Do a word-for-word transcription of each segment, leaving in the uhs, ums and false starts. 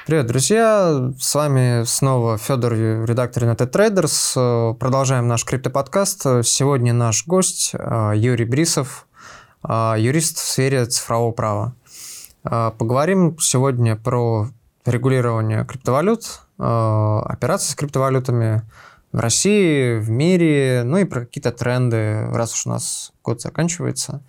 Привет, друзья! С вами снова Федор, редактор United Traders. Продолжаем наш криптоподкаст. Сегодня наш гость Юрий Брисов, юрист в сфере цифрового права. Поговорим сегодня про регулирование криптовалют, операции с криптовалютами в России, в мире, ну и про какие-то тренды, раз уж у нас год заканчивается.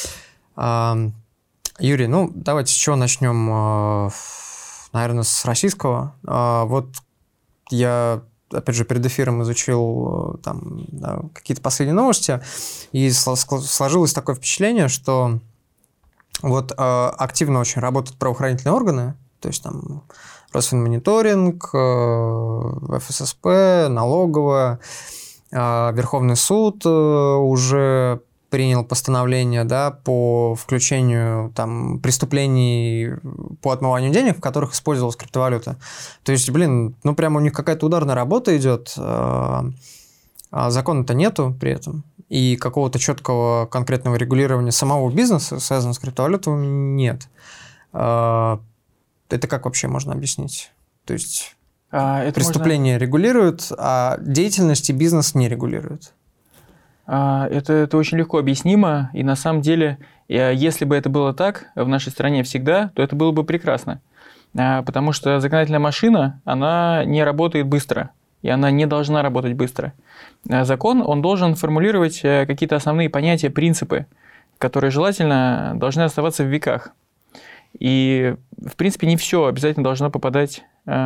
Юрий, ну давайте с чего начнем? Наверное, с российского. Вот я, опять же, перед эфиром изучил там, да, какие-то последние новости, и сложилось такое впечатление, что вот активно очень работают правоохранительные органы, то есть там Росфинмониторинг, эф эс эс пэ, налоговая, Верховный суд уже принял постановление, да, по включению там преступлений по отмыванию денег, в которых использовалась криптовалюта. То есть, блин, ну прямо у них какая-то ударная работа идет, а закона-то нету при этом, и какого-то четкого конкретного регулирования самого бизнеса, связанного с криптовалютой, нет. Это как вообще можно объяснить? То есть а, преступления можно... регулируют, а деятельность и бизнес не регулируют. Это, это очень легко объяснимо, и на самом деле, если бы это было так в нашей стране всегда, то это было бы прекрасно, потому что законодательная машина, она не работает быстро, и она не должна работать быстро. Закон, он должен формулировать какие-то основные понятия, принципы, которые желательно должны оставаться в веках. И, в принципе, не все обязательно должно попадать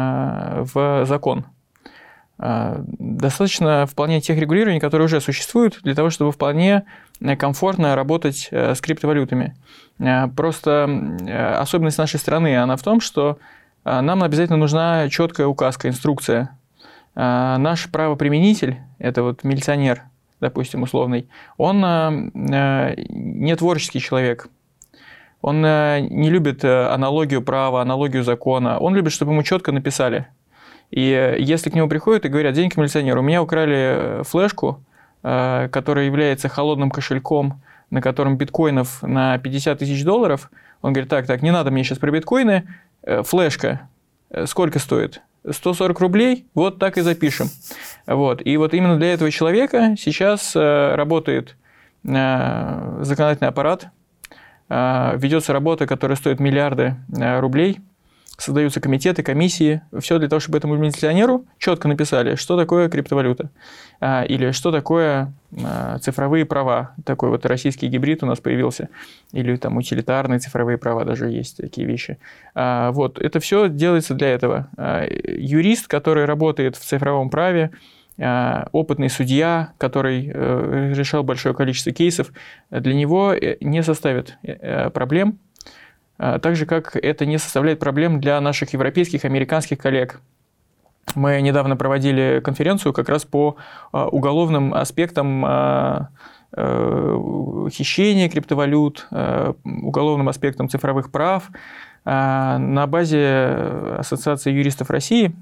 в закон. Достаточно вполне тех регулирований, которые уже существуют, для того, чтобы вполне комфортно работать с криптовалютами. Просто особенность нашей страны, она в том, что нам обязательно нужна четкая указка, инструкция. Наш правоприменитель, это вот милиционер, допустим, условный, он не творческий человек. Он не любит аналогию права, аналогию закона. Он любит, чтобы ему четко написали. И если к нему приходят и говорят: деньги милиционер, у меня украли флешку, которая является холодным кошельком, на котором биткоинов на пятьдесят тысяч долларов, он говорит: так, так, не надо мне сейчас про биткоины, флешка сколько стоит? сто сорок рублей, вот так и запишем. Вот. И вот именно для этого человека сейчас работает законодательный аппарат, ведется работа, которая стоит миллиарды рублей. Создаются комитеты, комиссии, все для того, чтобы этому милиционеру четко написали, что такое криптовалюта, или что такое цифровые права. Такой вот российский гибрид у нас появился, или там утилитарные цифровые права даже есть такие вещи. Вот, это все делается для этого. Юрист, который работает в цифровом праве, опытный судья, который решал большое количество кейсов, для него не составит проблем. Так же, как это не составляет проблем для наших европейских, американских коллег. Мы недавно проводили конференцию как раз по уголовным аспектам хищения криптовалют, уголовным аспектам цифровых прав. На базе Ассоциации юристов России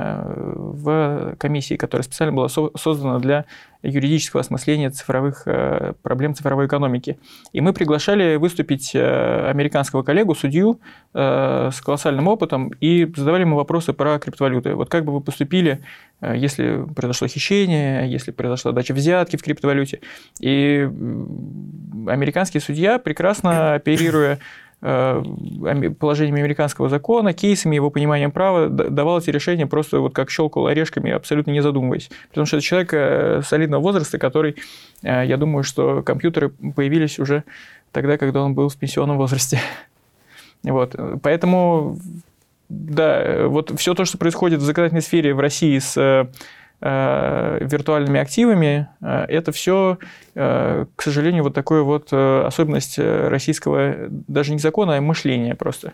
в комиссии, которая специально была создана для юридического осмысления цифровых проблем цифровой экономики. И мы приглашали выступить американского коллегу, судью с колоссальным опытом, и задавали ему вопросы про криптовалюты. Вот как бы вы поступили, если произошло хищение, если произошла дача взятки в криптовалюте. И американский судья, прекрасно оперируя положениями американского закона, кейсами, его пониманием права, давал эти решения просто вот как щелкал орешками, абсолютно не задумываясь. Потому что это человек солидного возраста, который, я думаю, что компьютеры появились уже тогда, когда он был в пенсионном возрасте. Вот. Поэтому, да, вот все то, что происходит в законодательной сфере в России с виртуальными активами, это все, к сожалению, вот такая вот особенность российского, даже не закона, а мышления просто,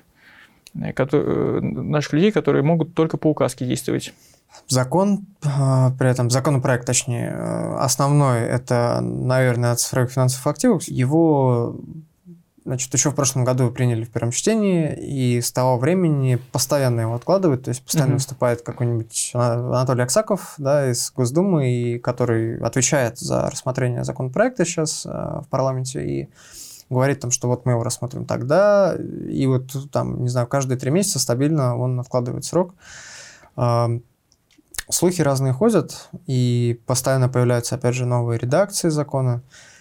наших людей, которые могут только по указке действовать. Закон, при этом законопроект, точнее, основной, это, наверное, о цифровых финансовых активах. Его, значит, еще в прошлом году приняли в первом чтении, и с того времени постоянно его откладывают, то есть постоянно mm-hmm. выступает какой-нибудь Анатолий Аксаков, да, из Госдумы, и который отвечает за рассмотрение законопроекта сейчас э, в парламенте, и говорит, там, что вот мы его рассмотрим тогда, и вот там, не знаю, каждые три месяца стабильно он откладывает срок. Слухи разные ходят, и постоянно появляются, опять же, новые редакции закона.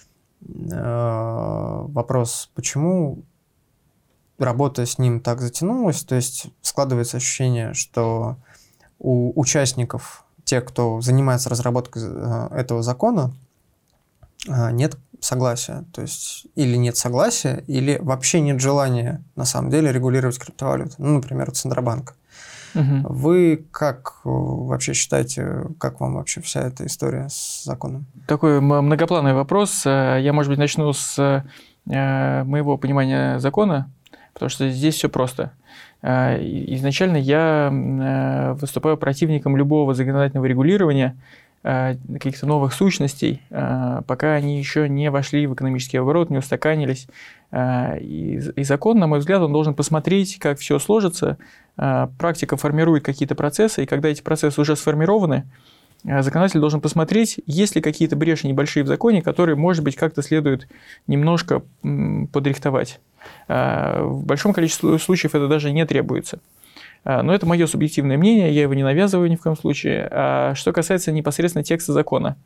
Вопрос, почему работа с ним так затянулась? То есть складывается ощущение, что у участников, тех, кто занимается разработкой этого закона, нет согласия. То есть или нет согласия, или вообще нет желания на самом деле регулировать криптовалюты. Ну, например, Центробанк. Угу. Вы как вообще считаете, как вам вообще вся эта история с законом? Такой многоплановый вопрос. Я, может быть, начну с моего понимания закона, потому что здесь все просто. Изначально я выступаю противником любого законодательного регулирования каких-то новых сущностей, пока они еще не вошли в экономический оборот, не устаканились. И, и закон, на мой взгляд, он должен посмотреть, как все сложится. Практика формирует какие-то процессы, и когда эти процессы уже сформированы, законодатель должен посмотреть, есть ли какие-то бреши небольшие в законе, которые, может быть, как-то следует немножко подрихтовать. В большом количестве случаев это даже не требуется. Но это мое субъективное мнение, я его не навязываю ни в коем случае. А что касается непосредственно текста закона.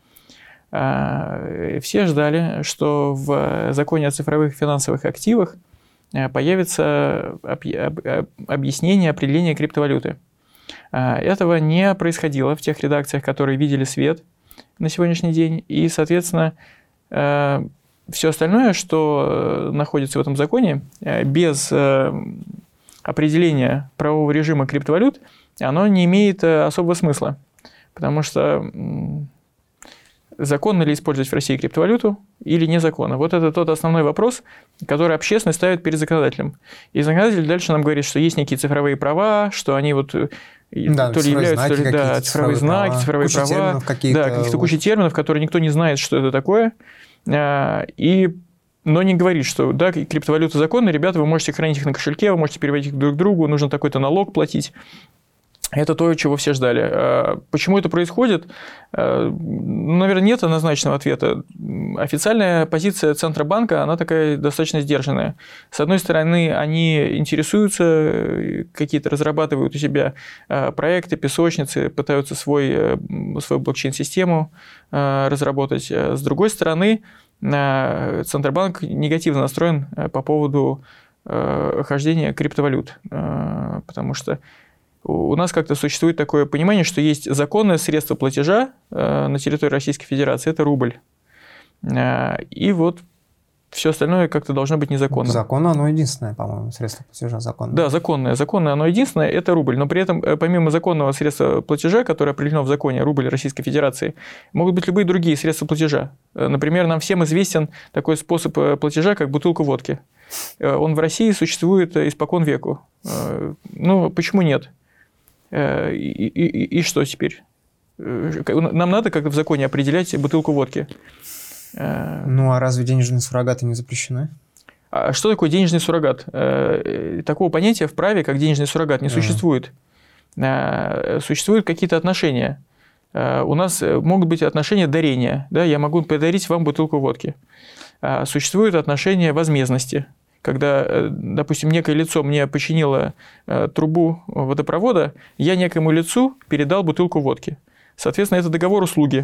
Все ждали, что в законе о цифровых финансовых активах появится объяснение определения криптовалюты. Этого не происходило в тех редакциях, которые видели свет на сегодняшний день. И, соответственно, все остальное, что находится в этом законе, без определения правового режима криптовалют, оно не имеет особого смысла. Потому что законно ли использовать в России криптовалюту или незаконно? Вот это тот основной вопрос, который общественность ставит перед законодателем. И законодатель дальше нам говорит, что есть некие цифровые права, что они вот да, то ли являются, то ли да, цифровые знаки, права, цифровые куча права, какие-то, да, каких-то куча терминов, которые никто не знает, что это такое. И но не говорит, что да, криптовалюта законная, ребята, вы можете хранить их на кошельке, вы можете переводить их друг к другу, нужно такой-то налог платить. Это то, чего все ждали. Почему это происходит? Наверное, нет однозначного ответа. Официальная позиция Центробанка, она такая достаточно сдержанная. С одной стороны, они интересуются, какие-то разрабатывают у себя проекты, песочницы, пытаются свой, свою блокчейн-систему разработать. С другой стороны, Центробанк негативно настроен по поводу хождения криптовалют, потому что у нас как-то существует такое понимание, что есть законное средство платежа на территории Российской Федерации – это рубль. И вот все остальное как-то должно быть незаконным. Законно оно единственное, по-моему, средство платежа законное. Да, законное. Законное оно единственное – это рубль. Но при этом, помимо законного средства платежа, которое определено в законе рубль Российской Федерации, могут быть любые другие средства платежа. Например, нам всем известен такой способ платежа, как бутылка водки. Он в России существует испокон веку. Ну, почему нет? И, и, и, и что теперь? Нам надо как-то в законе определять бутылку водки. Ну, а разве денежные суррогаты не запрещены? А что такое денежный суррогат? Такого понятия в праве, как денежный суррогат, не существует. Uh-huh. Существуют какие-то отношения. У нас могут быть отношения дарения. Да? Я могу подарить вам бутылку водки. Существуют отношения возмездности. Когда, допустим, некое лицо мне починило трубу водопровода, я некому лицу передал бутылку водки. Соответственно, это договор услуги.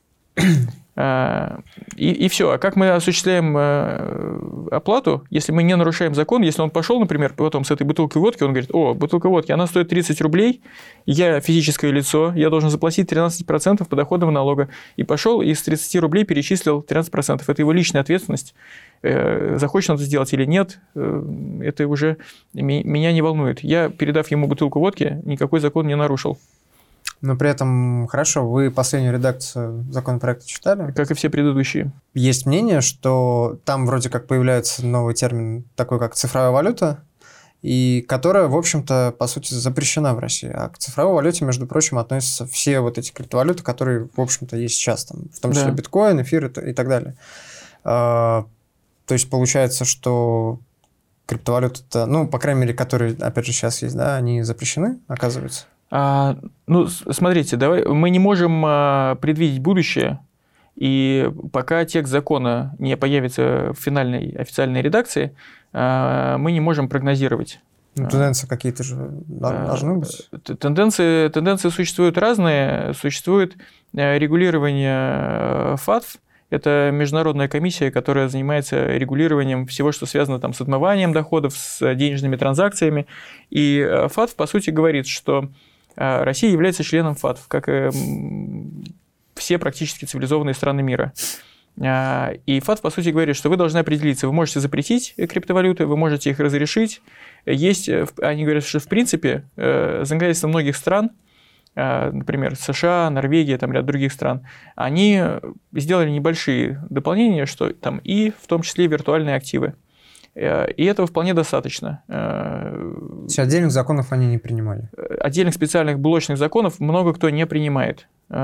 И, и все. А как мы осуществляем оплату, если мы не нарушаем закон, если он пошел, например, потом с этой бутылкой водки, он говорит: о, бутылка водки, она стоит тридцать рублей, я физическое лицо, я должен заплатить тринадцать процентов подоходного налога. И пошел и с тридцати рублей перечислил тринадцать процентов. Это его личная ответственность. Захочет он это сделать или нет, это уже меня не волнует. Я, передав ему бутылку водки, никакой закон не нарушил. Но при этом, хорошо, вы последнюю редакцию законопроекта читали? Как и все предыдущие. Есть мнение, что там вроде как появляется новый термин, такой как цифровая валюта, и которая, в общем-то, по сути, запрещена в России. А к цифровой валюте, между прочим, относятся все вот эти криптовалюты, которые, в общем-то, есть сейчас, там, в том числе да. биткоин, эфир и так далее. То есть получается, что криптовалюты, ну, по крайней мере, которые, опять же, сейчас есть, да, они запрещены, оказывается? А, ну, смотрите, давай, мы не можем а, предвидеть будущее, И пока текст закона не появится в финальной официальной редакции, мы не можем прогнозировать. Ну, тенденции какие-то же должны быть. Тенденции, тенденции существуют разные. Существует регулирование ФАТФ. Это международная комиссия, которая занимается регулированием всего, что связано там, с отмыванием доходов, с денежными транзакциями. И ФАТФ, по сути, говорит, что Россия является членом ФАТФ, как и все практически цивилизованные страны мира. И ФАТФ, по сути, говорит, что вы должны определиться. Вы можете запретить криптовалюты, вы можете их разрешить. Есть, они говорят, что в принципе законодательство многих стран, например, США, Норвегия, там ряд других стран, они сделали небольшие дополнения, что там и в том числе виртуальные активы. И этого вполне достаточно. Отдельных законов они не принимали? Отдельных специальных блочных законов много кто не принимает.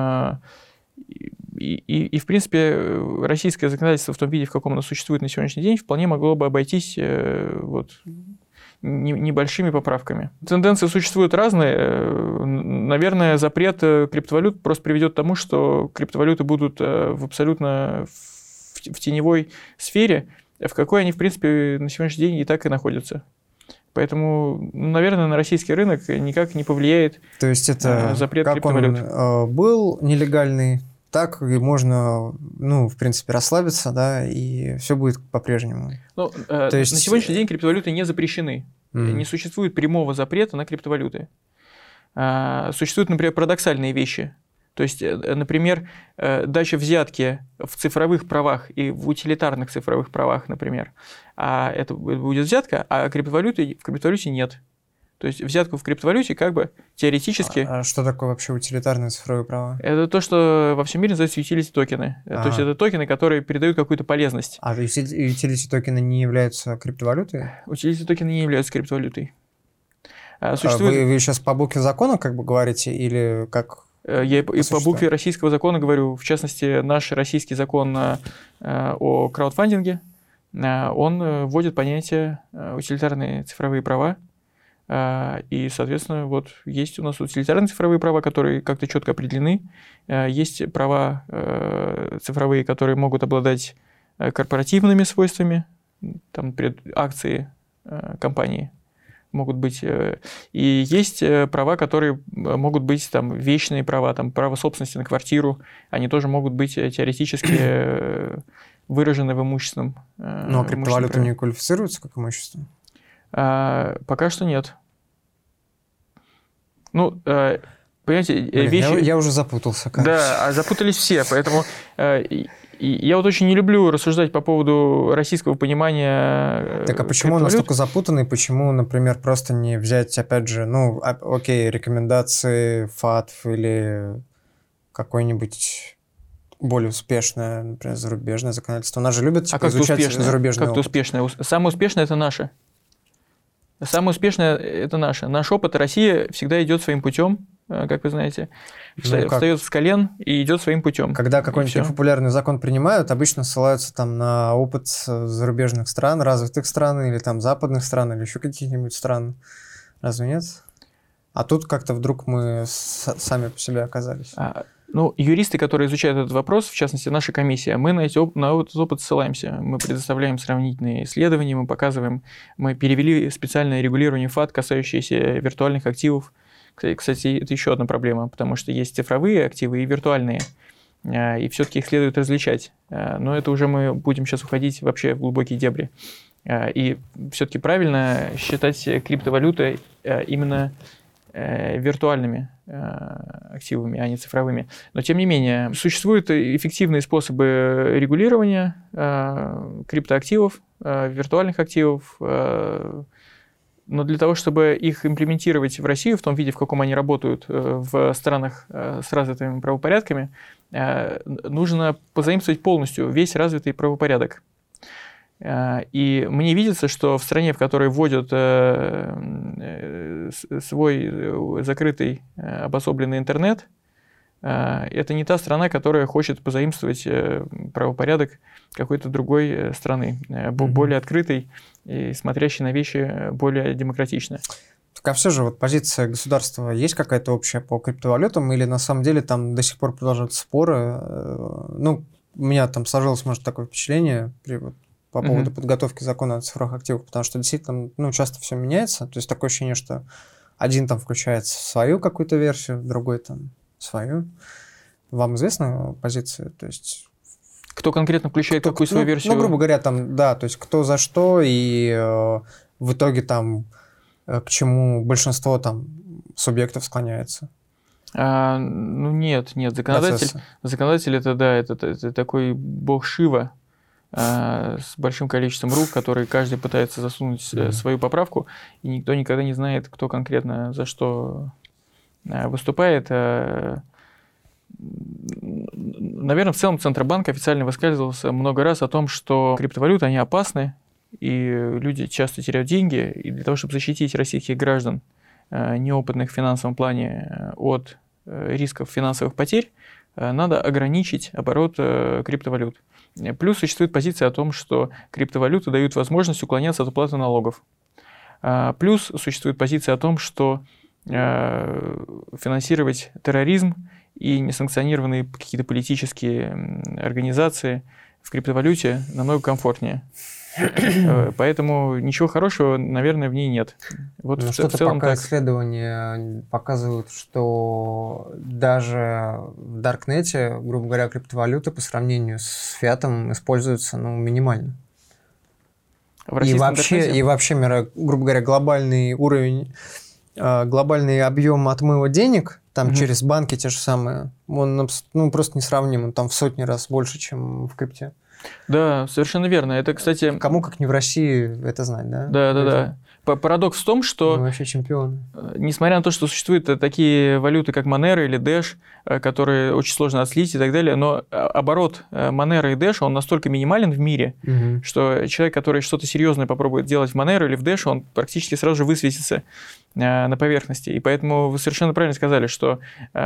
И, и, и, в принципе, российское законодательство в том виде, в каком оно существует на сегодняшний день, вполне могло бы обойтись вот, небольшими поправками. Тенденции существуют разные. Наверное, запрет криптовалют просто приведет к тому, что криптовалюты будут в абсолютно в теневой сфере, в какой они, в принципе, на сегодняшний день и так и находятся. Поэтому, наверное, на российский рынок никак не повлияет запрет криптовалют. То есть это запрет как криптовалют. Он был нелегальный, так и можно, ну, в принципе, расслабиться, да, и все будет по-прежнему. Ну, То э, есть... На сегодняшний день криптовалюты не запрещены. Mm-hmm. Не существует прямого запрета на криптовалюты. А, существуют, например, парадоксальные вещи. То есть, например, дача взятки в цифровых правах и в утилитарных цифровых правах, например. А это будет взятка, а криптовалюты, в криптовалюте нет. То есть взятку в криптовалюте как бы теоретически... А, а что такое вообще утилитарные цифровые права? Это то, что во всем мире называется utility токены. А-а-а. То есть это токены, которые передают какую-то полезность. А utility токены не являются криптовалютой? Utility токены не являются криптовалютой. Существует... Вы, вы сейчас по букве закона как бы говорите или как... Я по, по букве российского закона говорю, в частности, наш российский закон о краудфандинге, он вводит понятие утилитарные цифровые права. И, соответственно, вот есть у нас утилитарные цифровые права, которые как-то четко определены. Есть права цифровые, которые могут обладать корпоративными свойствами, там, например, акции компании могут быть. И есть права, которые могут быть там, вечные права, там, право собственности на квартиру, они тоже могут быть теоретически выражены в имущественном. Ну, а криптовалюты не квалифицируются как имущество? А, пока что нет. Ну, а, понимаете, Блин, вещи... Я, я уже запутался. Кажется. Да, запутались все, поэтому... А, и, и я вот очень не люблю рассуждать по поводу российского понимания. Так а почему он настолько запутанный? Почему, например, просто не взять, опять же, ну, окей, рекомендации ФАТФ или какой-нибудь более успешное, например, зарубежное законодательство? У нас же любят типа, а как изучать успешное? зарубежный Как-то опыт. успешное. Самое успешное – это наше. Самое успешное – это наше. Наш опыт, Россия всегда идет своим путем, как вы знаете. Встает, ну, встает с колен и идет своим путем. Когда какой-нибудь непопулярный закон принимают, обычно ссылаются там на опыт зарубежных стран, развитых стран, или там западных стран, или еще каких-нибудь стран. Разве нет? А тут как-то вдруг мы сами по себе оказались. А, ну, юристы, которые изучают этот вопрос, в частности, наша комиссия, мы на, эти оп- на этот опыт ссылаемся. Мы предоставляем сравнительные исследования, мы показываем, мы перевели специальное регулирование ФАТ, касающееся виртуальных активов. Кстати, это еще одна проблема, потому что есть цифровые активы и виртуальные, и все-таки их следует различать. Но это уже мы будем сейчас уходить вообще в глубокие дебри. И все-таки правильно считать криптовалюты именно виртуальными активами, а не цифровыми. Но, тем не менее, существуют эффективные способы регулирования криптоактивов, виртуальных активов. Но для того, чтобы их имплементировать в Россию в том виде, в каком они работают в странах с развитыми правопорядками, нужно позаимствовать полностью весь развитый правопорядок. И мне видится, что в стране, в которой вводят свой закрытый обособленный интернет, это не та страна, которая хочет позаимствовать правопорядок какой-то другой страны, mm-hmm. более открытой и смотрящей на вещи более демократично. Так а все же вот позиция государства есть какая-то общая по криптовалютам или на самом деле там до сих пор продолжаются споры? Ну, у меня там сложилось, может, такое впечатление при, вот, по поводу Мгм. подготовки закона о цифровых активах, потому что действительно, ну, часто все меняется. То есть такое ощущение, что один там включается в свою какую-то версию, другой там свою. Вам известна позиция? То есть Кто конкретно включает кто- какую ну, свою версию? Ну, грубо говоря, там, да, то есть кто за что, и э, в итоге там э, к чему большинство там субъектов склоняется. А, ну нет, нет, законодатель, Процессы. законодатель это да, это, это такой бог Шива а, с большим количеством рук, который каждый пытается засунуть э, Мгм. свою поправку, и никто никогда не знает, кто конкретно за что а, выступает. А, наверное, в целом Центробанк официально высказывался много раз о том, что криптовалюты, они опасны, и люди часто теряют деньги, и для того, чтобы защитить российских граждан, э, неопытных в финансовом плане, э, от э, рисков финансовых потерь, э, надо ограничить оборот э, криптовалют. Э, Плюс существует позиция о том, что криптовалюты дают возможность уклоняться от уплаты налогов. А, Плюс существует позиция о том, что э, финансировать терроризм и несанкционированные какие-то политические м, организации в криптовалюте намного комфортнее. Э, Поэтому ничего хорошего, наверное, в ней нет. Вот Ну, в, ц- в что-то целом пока так. исследования показывают, что даже в Даркнете, грубо говоря, криптовалюты по сравнению с фиатом используются, ну, минимально. В И российском вообще, интернете? и вообще, мира, грубо говоря, глобальный уровень, э, глобальный объем отмыва денег, там Мгм. через банки те же самые, он абс- ну, просто несравним, он там в сотни раз больше, чем в крипте. Да, совершенно верно. Это, кстати, Кому, как не в России, это знать, да? да, да, Людям. да. П- Парадокс в том, Мы что вообще чемпионы. Э, несмотря на то, что существуют э, такие валюты, как Monero или Dash, э, которые очень сложно отследить и так далее, но э, оборот э, Monero и Dash, он настолько минимален в мире, Мгм. что человек, который что-то серьезное попробует делать в Monero или в Dash, он практически сразу же высветится э, на поверхности. И поэтому вы совершенно правильно сказали, что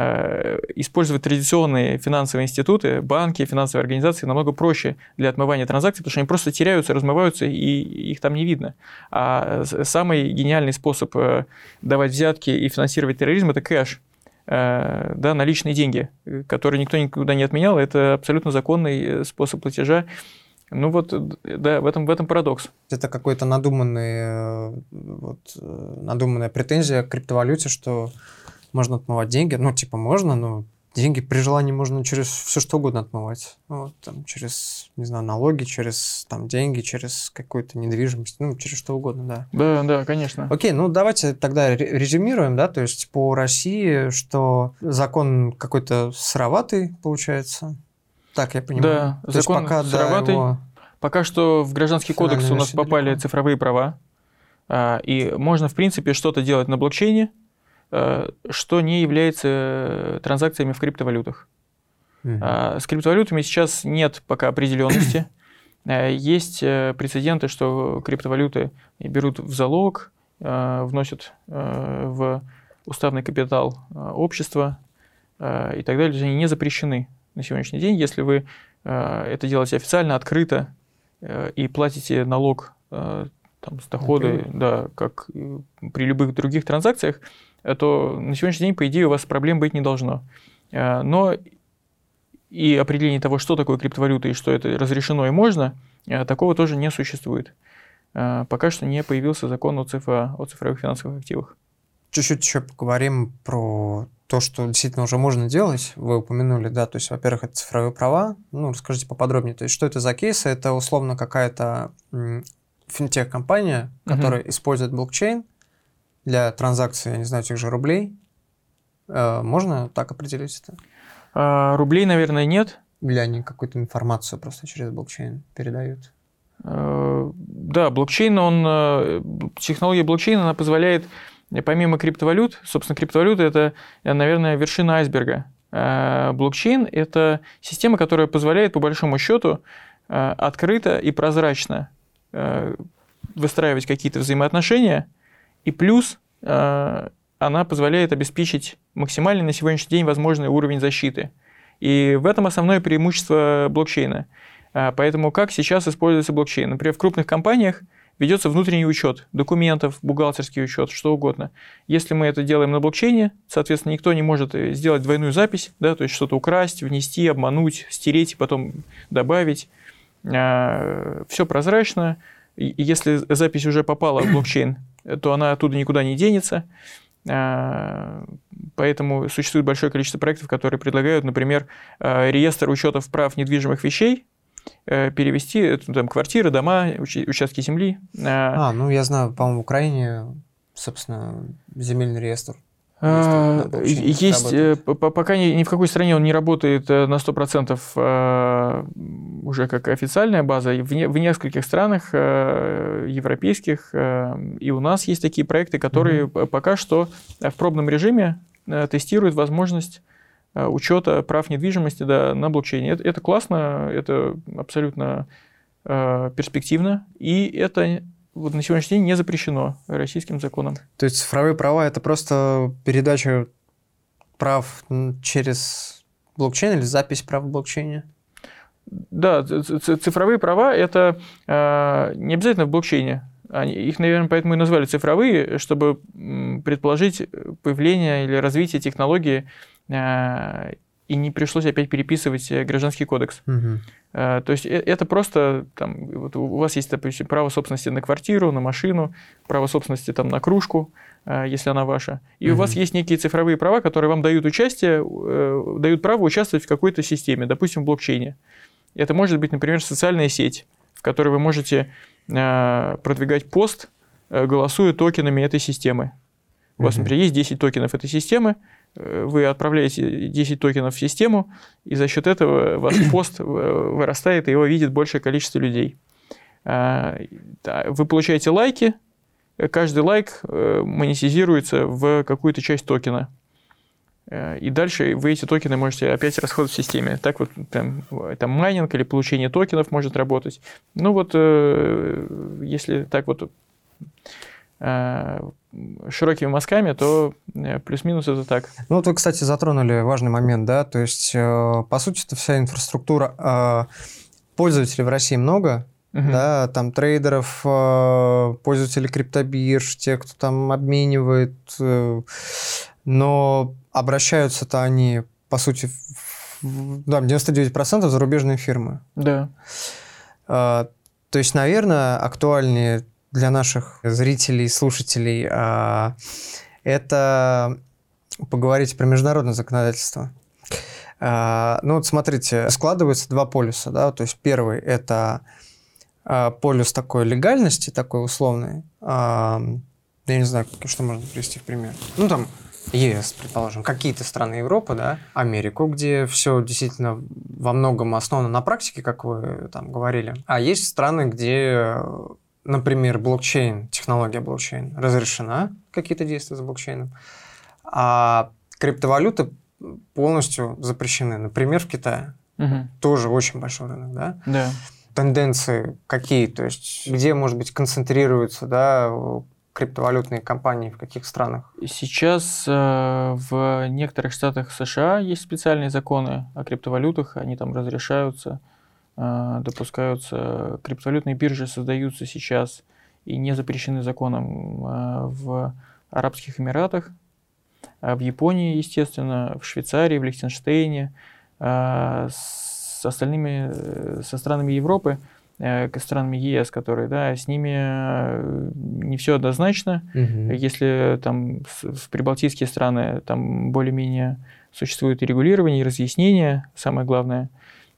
э, использовать традиционные финансовые институты, банки, финансовые организации намного проще для отмывания транзакций, потому что они просто теряются, размываются, и их там не видно. А с- самый гениальный способ э, давать взятки и финансировать терроризм – это кэш, э, да, наличные деньги, э, которые никто никуда не отменял. Это абсолютно законный э, способ платежа. Ну вот, э, да, в этом, в этом парадокс. Это какой-то надуманный, э, вот, э, надуманная претензия к криптовалюте, что можно отмывать деньги. Ну, типа, можно, но деньги при желании можно через все что угодно отмывать. Ну, вот, там, через, не знаю, налоги, через там, деньги, через какую-то недвижимость, ну, через что угодно, да. Да, да, конечно. Окей, ну давайте тогда ре- резюмируем, да, то есть по России, что закон какой-то сыроватый получается, так я понимаю. Да, То есть закон пока до сыроватый. его- Пока что в Гражданский кодекс Финальной у нас версии попали далеко. цифровые права, а, и можно, в принципе, что-то делать на блокчейне, а, что не является э, транзакциями в криптовалютах. Мгм. А, С криптовалютами сейчас нет пока определенности. А, Есть э, прецеденты, что криптовалюты берут в залог, э, вносят э, в уставный капитал э, общества э, и так далее. То есть они не запрещены на сегодняшний день. Если вы э, это делаете официально, открыто э, и платите налог э, там, с дохода, прибыль. да, как э, при любых других транзакциях, э, то на сегодняшний день, по идее, у вас проблем быть не должно. Э, Но и определение того, что такое криптовалюта и что это разрешено и можно, э, такого тоже не существует. Э, Пока что не появился закон о, цифро- о цифровых финансовых активах. Чуть-чуть еще поговорим про то, что действительно уже можно делать. Вы упомянули, да, то есть, во-первых, это цифровые права. Ну, расскажите поподробнее. То есть, что это за кейсы? Это условно какая-то м, финтех-компания, Мгм. которая использует блокчейн для транзакций, я не знаю, тех же рублей. Э, Можно так определить это? А, Рублей, наверное, нет. Или они какую-то информацию просто через блокчейн передают? Э, Да, блокчейн, он, э, технология блокчейна, она позволяет, э, помимо криптовалют, собственно, криптовалюта – это, э, наверное, вершина айсберга. Э, Блокчейн – это система, которая позволяет, по большому счету, э, открыто и прозрачно э, выстраивать какие-то взаимоотношения, и плюс э, она позволяет обеспечить максимальный на сегодняшний день возможный уровень защиты. И в этом основное преимущество блокчейна. А, Поэтому как сейчас используется блокчейн? Например, в крупных компаниях ведется внутренний учет документов, бухгалтерский учет, что угодно. Если мы это делаем на блокчейне, соответственно, никто не может сделать двойную запись, да, то есть что-то украсть, внести, обмануть, стереть и потом добавить. Все прозрачно. И если запись уже попала в блокчейн, то она оттуда никуда не денется. Поэтому существует большое количество проектов, которые предлагают, например, реестр учетов прав недвижимых вещей перевести, там, квартиры, дома, участки земли. А, ну я знаю, по-моему, в Украине, собственно, земельный реестр. Есть, есть пока ни, ни в какой стране он не работает на сто процентов уже как официальная база. В, не, в нескольких странах европейских и у нас есть такие проекты, которые mm-hmm. пока что в пробном режиме тестируют возможность учета прав недвижимости, да, на блокчейне. Это, это классно, это абсолютно перспективно, и это вот на сегодняшний день не запрещено российским законом. То есть цифровые права – это просто передача прав через блокчейн или запись прав в блокчейне? Да, цифровые права – это э, не обязательно в блокчейне. Они, их, наверное, поэтому и назвали цифровые, чтобы предположить появление или развитие технологии, э, и не пришлось опять переписывать Гражданский кодекс. Угу. То есть это просто, там, вот у вас есть, допустим, право собственности на квартиру, на машину, право собственности там, на кружку, если она ваша. И угу. у вас есть некие цифровые права, которые вам дают участие, дают право участвовать в какой-то системе, допустим, в блокчейне. Это может быть, например, социальная сеть, в которой вы можете продвигать пост, голосуя токенами этой системы. У вас, например, есть десять токенов этой системы, вы отправляете десять токенов в систему, и за счет этого ваш пост вырастает, и его видит большее количество людей. Вы получаете лайки, каждый лайк монетизируется в какую-то часть токена. И дальше вы эти токены можете опять расходовать в системе. Так вот, прям, там майнинг или получение токенов может работать. Ну вот, если так вот широкими мазками, то плюс-минус это так. Ну вот вы, кстати, затронули важный момент, да, то есть, по сути, это вся инфраструктура, пользователей в России много, uh-huh. да, там трейдеров, пользователей криптобирж, те, кто там обменивает, но обращаются-то они, по сути, в, да, девяносто девять процентов зарубежные фирмы. Да. То есть, наверное, актуальнее для наших зрителей и слушателей а, это поговорить про международное законодательство. А, ну вот смотрите, складывается два полюса, да, то есть первый это а, полюс такой легальности, такой условный. А, я не знаю, что можно привести в пример. Ну там ЕС, предположим, какие-то страны Европы, да, Америку, где все действительно во многом основано на практике, как вы там говорили. А есть страны, где, например, блокчейн, технология блокчейн разрешена, какие-то действия с блокчейном, а криптовалюты полностью запрещены. Например, в Китае. Угу. Тоже очень большой рынок, да? Да. Тенденции какие? То есть где, может быть, концентрируются, да, криптовалютные компании, в каких странах? Сейчас э, в некоторых штатах США есть специальные законы о криптовалютах, они там разрешаются, э, допускаются. Криптовалютные биржи создаются сейчас и не запрещены законом э, в Арабских Эмиратах, э, в Японии, естественно, в Швейцарии, в Лихтенштейне, э, с остальными, э, со странами Европы, к странам ЕС, которые, да, с ними не все однозначно. Угу. Если там в прибалтийские страны там более-менее существует и регулирование, и разъяснение, самое главное,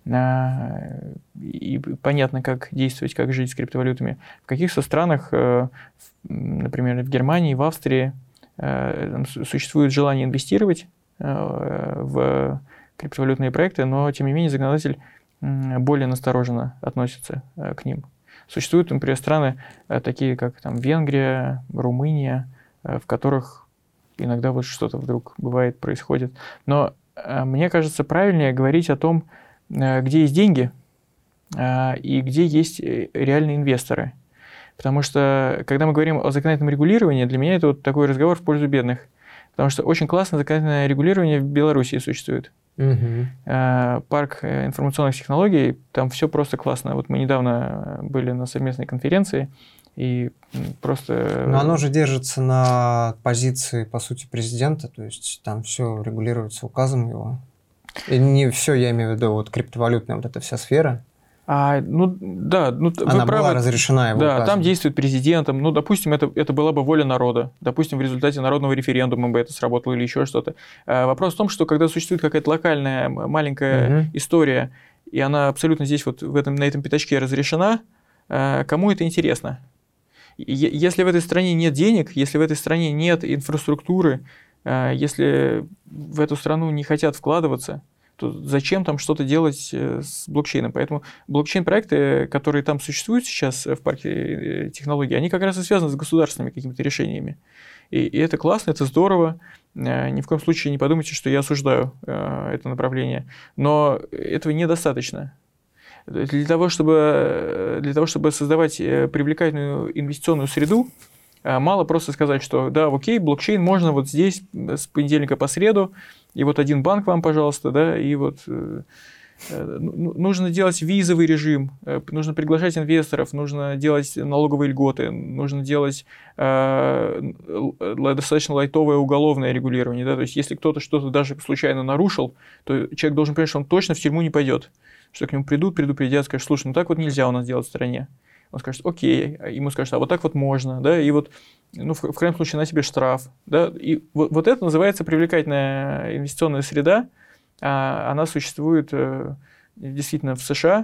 и понятно, как действовать, как жить с криптовалютами. В каких-то странах, например, в Германии, в Австрии, существует желание инвестировать в криптовалютные проекты, но, тем не менее, законодатель более настороженно относятся к ним. Существуют, например, страны, такие как там, Венгрия, Румыния, в которых иногда вот что-то вдруг бывает, происходит. Но мне кажется, правильнее говорить о том, где есть деньги и где есть реальные инвесторы. Потому что, когда мы говорим о законодательном регулировании, для меня это вот такой разговор в пользу бедных. Потому что очень классное законодательное регулирование в Беларуси существует. Uh-huh. Парк информационных технологий, там все просто классно. Вот мы недавно были на совместной конференции, И просто... Но оно же держится на позиции, по сути, президента, то есть там все регулируется указом его. И не все, я имею в виду, вот криптовалютная вот эта вся сфера. А, ну, да, ну, Она вы правы, была разрешена его да, указом. там действует президентом. Ну, допустим, это, это была бы воля народа. Допустим, в результате народного референдума бы это сработало или еще что-то. А вопрос в том, что когда существует какая-то локальная маленькая угу. история, и она абсолютно здесь вот в этом, на этом пятачке разрешена, кому это интересно? Если в этой стране нет денег, если в этой стране нет инфраструктуры, если в эту страну не хотят вкладываться, то зачем там что-то делать с блокчейном? Поэтому блокчейн-проекты, которые там существуют сейчас в парке технологий, они как раз и связаны с государственными какими-то решениями. И, и это классно, это здорово. Ни в коем случае не подумайте, что я осуждаю это направление. Но этого недостаточно. Для того, чтобы, для того, чтобы создавать привлекательную инвестиционную среду, мало просто сказать, что да, окей, блокчейн можно вот здесь с понедельника по среду, и вот один банк вам, пожалуйста, да, и вот э, нужно делать визовый режим, нужно приглашать инвесторов, нужно делать налоговые льготы, нужно делать э, достаточно лайтовое уголовное регулирование, да, то есть если кто-то что-то даже случайно нарушил, то человек должен понять, что он точно в тюрьму не пойдет, что к нему придут, предупредят, скажут, слушай, ну так вот нельзя у нас делать в стране. Он скажет, окей, ему скажут, а вот так вот можно, да, и вот, ну, в, в крайнем случае, на тебе штраф, да, и вот, вот это называется привлекательная инвестиционная среда, а, она существует а, действительно в США,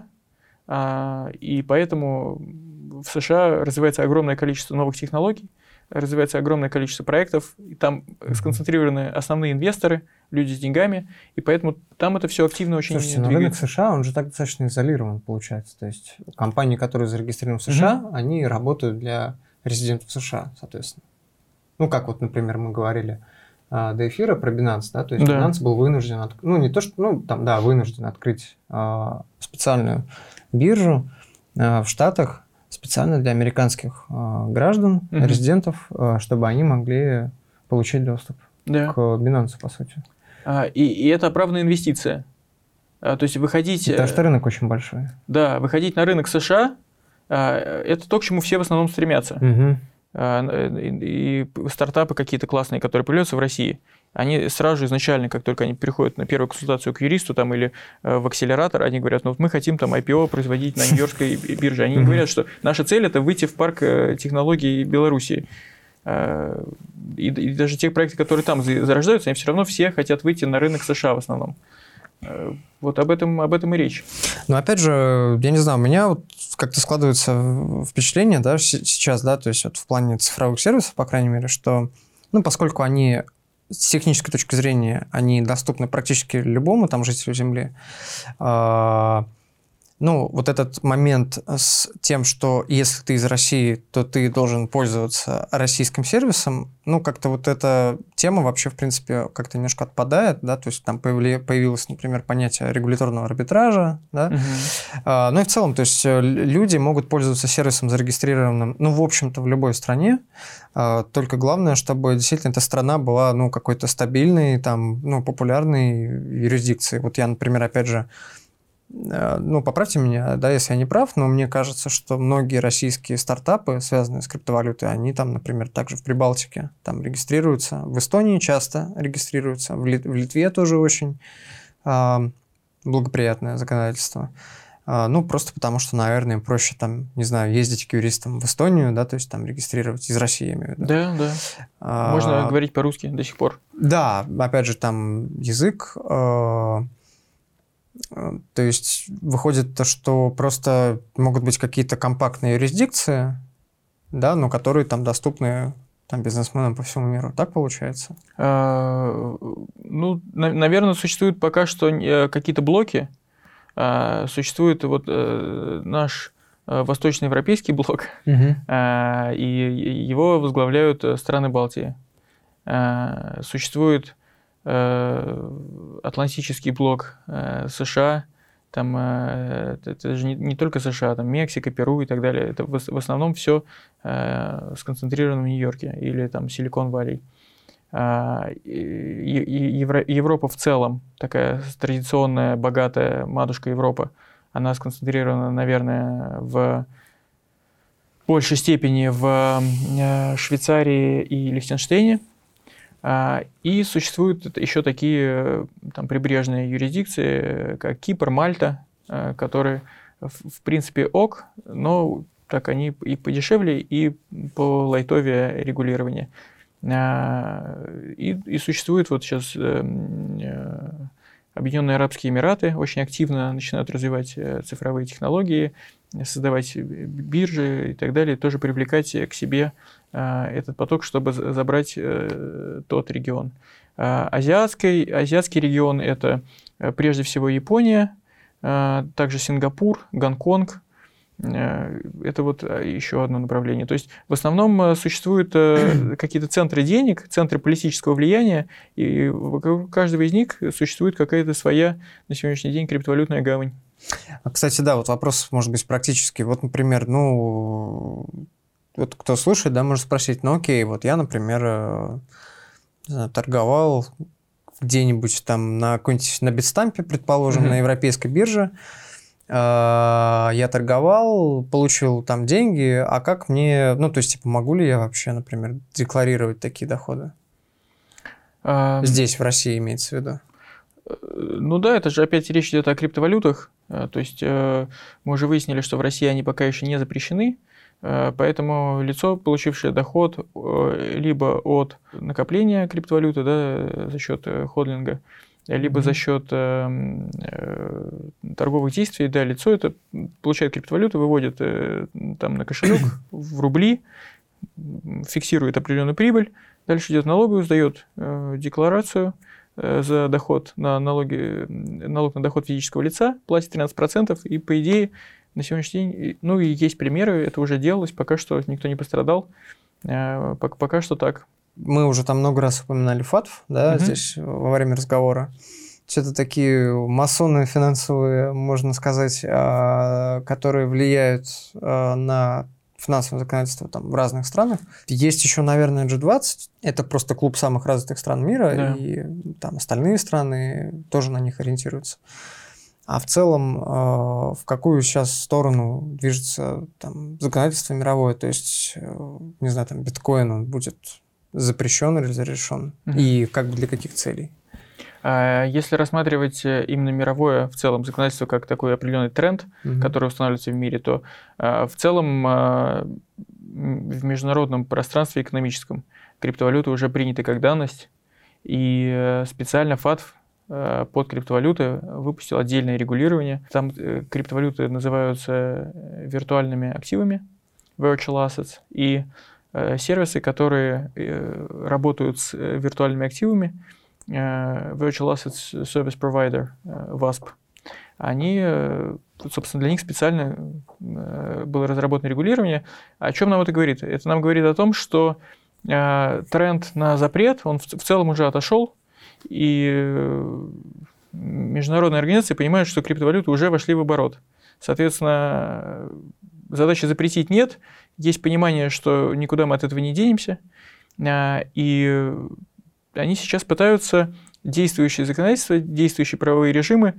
а, и поэтому в США развивается огромное количество новых технологий, развивается огромное количество проектов, и там сконцентрированы основные инвесторы, люди с деньгами, и поэтому там это все активно очень Слушайте, но рынок США, он же так достаточно изолирован, получается. То есть компании, которые зарегистрированы в США, mm-hmm. они работают для резидентов США, соответственно. Ну, как вот, например, мы говорили а, до эфира про Binance, да, то есть да. Binance был вынужден, от... ну, не то, что, ну, там, да, вынужден открыть а, специальную биржу а, в Штатах, специально для американских э, граждан, mm-hmm. резидентов, э, чтобы они могли получить доступ yeah. к Binance, по сути. А, и, и это оправданная инвестиция. А, то есть выходить... Потому что рынок очень большой. Да, выходить на рынок США, а, это то, к чему все в основном стремятся. Mm-hmm. А, и, и стартапы какие-то классные, которые появляются в России, они сразу же изначально, как только они приходят на первую консультацию к юристу там, или э, в акселератор, они говорят, ну мы хотим там ай пи о производить на Нью-Йоркской бирже. Они не говорят, что наша цель – это выйти в парк технологий Беларуси. Э, и, и даже те проекты, которые там зарождаются, они все равно все хотят выйти на рынок США в основном. Э, вот об этом, об этом и речь. Но опять же, я не знаю, у меня вот как-то складывается впечатление, да, сейчас, да, то есть вот в плане цифровых сервисов, по крайней мере, что, ну, поскольку они с технической точки зрения, они доступны практически любому там жителю Земли, э, ну, вот этот момент с тем, что если ты из России, то ты должен пользоваться российским сервисом, ну, как-то вот эта тема вообще, в принципе, как-то немножко отпадает, да, то есть там появили, появилось, например, понятие регуляторного арбитража, да, uh-huh. а, ну и в целом, то есть люди могут пользоваться сервисом зарегистрированным, ну, в общем-то, в любой стране, а, только главное, чтобы действительно эта страна была, ну, какой-то стабильной, там, ну, популярной юрисдикцией. Вот я, например, опять же, ну, поправьте меня, да, если я не прав, но мне кажется, что многие российские стартапы, связанные с криптовалютой, они там, например, также в Прибалтике там регистрируются, в Эстонии часто регистрируются, в, Лит- в Литве тоже очень э, благоприятное законодательство. Э, ну, просто потому что, наверное, им проще там, не знаю, ездить к юристам в Эстонию, да, то есть там регистрировать из России, я имею в виду. Да, да. А, Можно говорить по-русски до сих пор. Да, опять же, там язык... Э, То есть выходит то, что просто могут быть какие-то компактные юрисдикции, да, но которые там доступны там, бизнесменам по всему миру. Так получается? А, ну, на, наверное, существуют пока что какие-то блоки. А, существует вот а, наш восточноевропейский блок, uh-huh. а, и его возглавляют страны Балтии. А, существует Атлантический блок э, США, там э, это же не, не только США, там Мексика, Перу и так далее. Это в, в основном все э, сконцентрировано в Нью-Йорке или там Силикон-Валлей. Э, и, и Евро, Европа в целом, такая традиционная, богатая матушка Европа, она сконцентрирована, наверное, в большей степени в Швейцарии и Лихтенштейне. И существуют еще такие там, прибрежные юрисдикции, как Кипр, Мальта, которые, в принципе, ок, но так они и подешевле, и по лайтовее регулирования. И, и существуют вот сейчас Объединенные Арабские Эмираты, очень активно начинают развивать цифровые технологии, создавать биржи и так далее, тоже привлекать к себе этот поток, чтобы забрать тот регион. Азиатский, азиатский регион – это прежде всего Япония, также Сингапур, Гонконг. Это вот еще одно направление. То есть в основном существуют какие-то центры денег, центры политического влияния, и вокруг каждого из них существует какая-то своя на сегодняшний день криптовалютная гавань. Кстати, да, вот вопрос может быть практический. Вот, например, ну, вот кто слушает, да, может спросить, ну окей, вот я, например, не знаю, торговал где-нибудь там на какой-нибудь на Битстампе, предположим, mm-hmm. на европейской бирже, я торговал, получил там деньги, а как мне, ну, то есть, типа, могу ли я вообще, например, декларировать такие доходы? А... Здесь, в России, имеется в виду. Ну да, это же опять речь идет о криптовалютах, то есть мы уже выяснили, что в России они пока еще не запрещены, поэтому лицо, получившее доход либо от накопления криптовалюты, да, за счет ходлинга, либо mm-hmm. за счет э, э, торговых действий, да, лицо это получает криптовалюту, выводит э, там на кошелек в рубли, фиксирует определенную прибыль, дальше идет в налоговую, сдает э, декларацию э, за доход на налоги, налог на доход физического лица, платит тринадцать процентов, и по идее на сегодняшний день, ну и есть примеры, это уже делалось, пока что никто не пострадал, э, пока, пока что так. Мы уже там много раз упоминали ФАТФ, да, угу. здесь во время разговора. Это такие масоны финансовые, можно сказать, которые влияют на финансовое законодательство там, в разных странах. Есть еще, наверное, джи двадцать. Это просто клуб самых развитых стран мира, да. и там остальные страны тоже на них ориентируются. А в целом, в какую сейчас сторону движется там, законодательство мировое? То есть, не знаю, там биткоин, он будет запрещен или разрешен? Mm-hmm. И как бы для каких целей? Если рассматривать именно мировое в целом законодательство как такой определенный тренд, mm-hmm. который устанавливается в мире, то в целом в международном пространстве экономическом криптовалюты уже приняты как данность, и специально ФАТФ под криптовалюты выпустил отдельное регулирование. Там криптовалюты называются виртуальными активами, virtual assets, и сервисы, которые работают с виртуальными активами, Virtual Assets Service Provider, ви эй эс пи, они, собственно, для них специально было разработано регулирование. О чем нам это говорит? Это нам говорит о том, что тренд на запрет, он в целом уже отошел, и международные организации понимают, что криптовалюты уже вошли в оборот. Соответственно, задачи запретить нет, есть понимание, что никуда мы от этого не денемся, и они сейчас пытаются действующие законодательства, действующие правовые режимы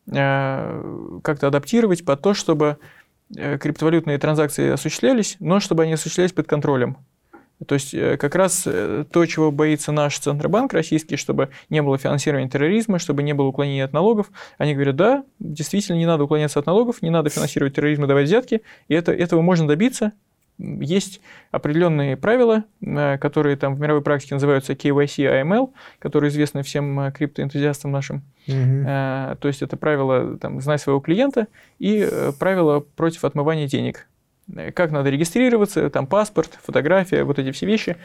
как-то адаптировать под то, чтобы криптовалютные транзакции осуществлялись, но чтобы они осуществлялись под контролем. То есть как раз то, чего боится наш Центробанк российский, чтобы не было финансирования терроризма, чтобы не было уклонения от налогов, они говорят, да, действительно не надо уклоняться от налогов, не надо финансировать терроризм и давать взятки, и это, этого можно добиться. Есть определенные правила, которые там в мировой практике называются кей вай си, эй эм эл, которые известны всем криптоэнтузиастам нашим. Mm-hmm. То есть это правила там, «знай своего клиента» и правила против отмывания денег. Как надо регистрироваться, там паспорт, фотография, вот эти все вещи.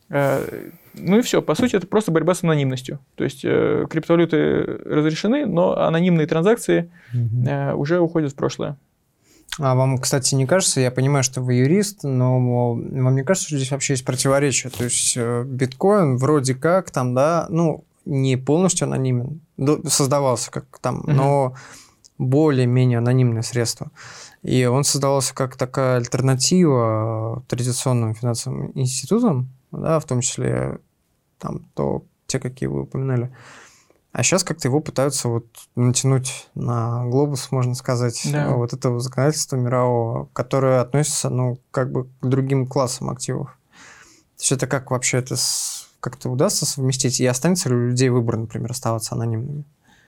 Ну и все, по сути, это просто борьба с анонимностью. То есть криптовалюты разрешены, но анонимные транзакции mm-hmm. уже уходят в прошлое. А вам, кстати, не кажется, я понимаю, что вы юрист, но вам не кажется, что здесь вообще есть противоречие? То есть биткоин вроде как там, да, ну, не полностью анонимен, создавался как там, uh-huh. но более-менее анонимное средство. И он создавался как такая альтернатива традиционным финансовым институтам, да, в том числе там, то, те, какие вы упоминали. А сейчас как-то его пытаются вот натянуть на глобус, можно сказать, Да. вот этого законодательства мирового, которое относится, ну, как бы к другим классам активов. То есть это как вообще это с... как-то удастся совместить? И останется ли у людей выбор, например, оставаться анонимными,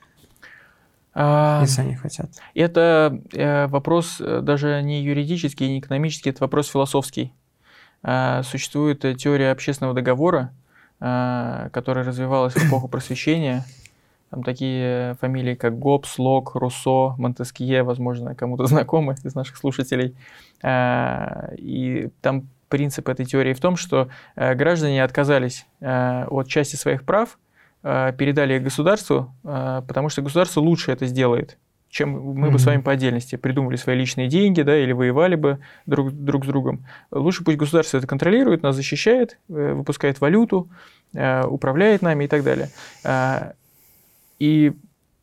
А, если они хотят? Это э, вопрос э, даже не юридический, не экономический, это вопрос философский. А, Существует э, теория общественного договора, а, которая развивалась в эпоху Просвещения. Там такие фамилии, как Гоббс, Лок, Руссо, Монтескье, возможно, кому-то знакомы из наших слушателей. А, И там принцип этой теории в том, что э, граждане отказались э, от части своих прав, э, передали их государству, э, потому что государство лучше это сделает, чем мы бы Мгм. с вами по отдельности придумывали свои личные деньги, да, или воевали бы друг, друг с другом. Лучше пусть государство это контролирует, нас защищает, э, выпускает валюту, э, управляет нами и так далее. А, И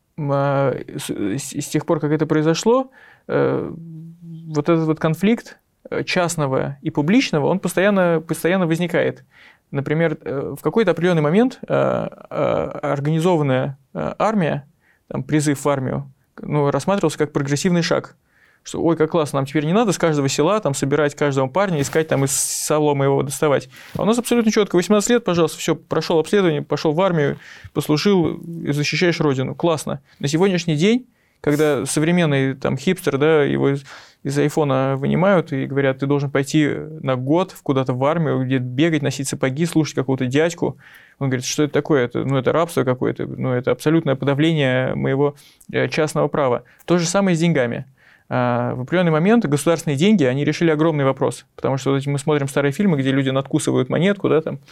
э, с, с тех пор, как это произошло, э, вот этот вот конфликт частного и публичного, он постоянно, постоянно возникает. Например, э, в какой-то определенный момент э, э, организованная э, армия, там, призыв в армию, ну, рассматривался как прогрессивный шаг. Что, ой, как классно, нам теперь не надо с каждого села там, собирать каждого парня, искать там из соломы его доставать. А у нас абсолютно четко, восемнадцать лет, пожалуйста, все, прошел обследование, пошел в армию, послужил и защищаешь родину. Классно. На сегодняшний день, когда современный там хипстер, да, его из, из айфона вынимают и говорят, ты должен пойти на год куда-то в армию, где бегать, носить сапоги, слушать какого-то дядьку. Он говорит, что это такое? Это, ну, это рабство какое-то, ну, это абсолютное подавление моего частного права. То же самое с деньгами. В определенный момент государственные деньги, они решили огромный вопрос, потому что вот мы смотрим старые фильмы, где люди надкусывают монетку, да, там,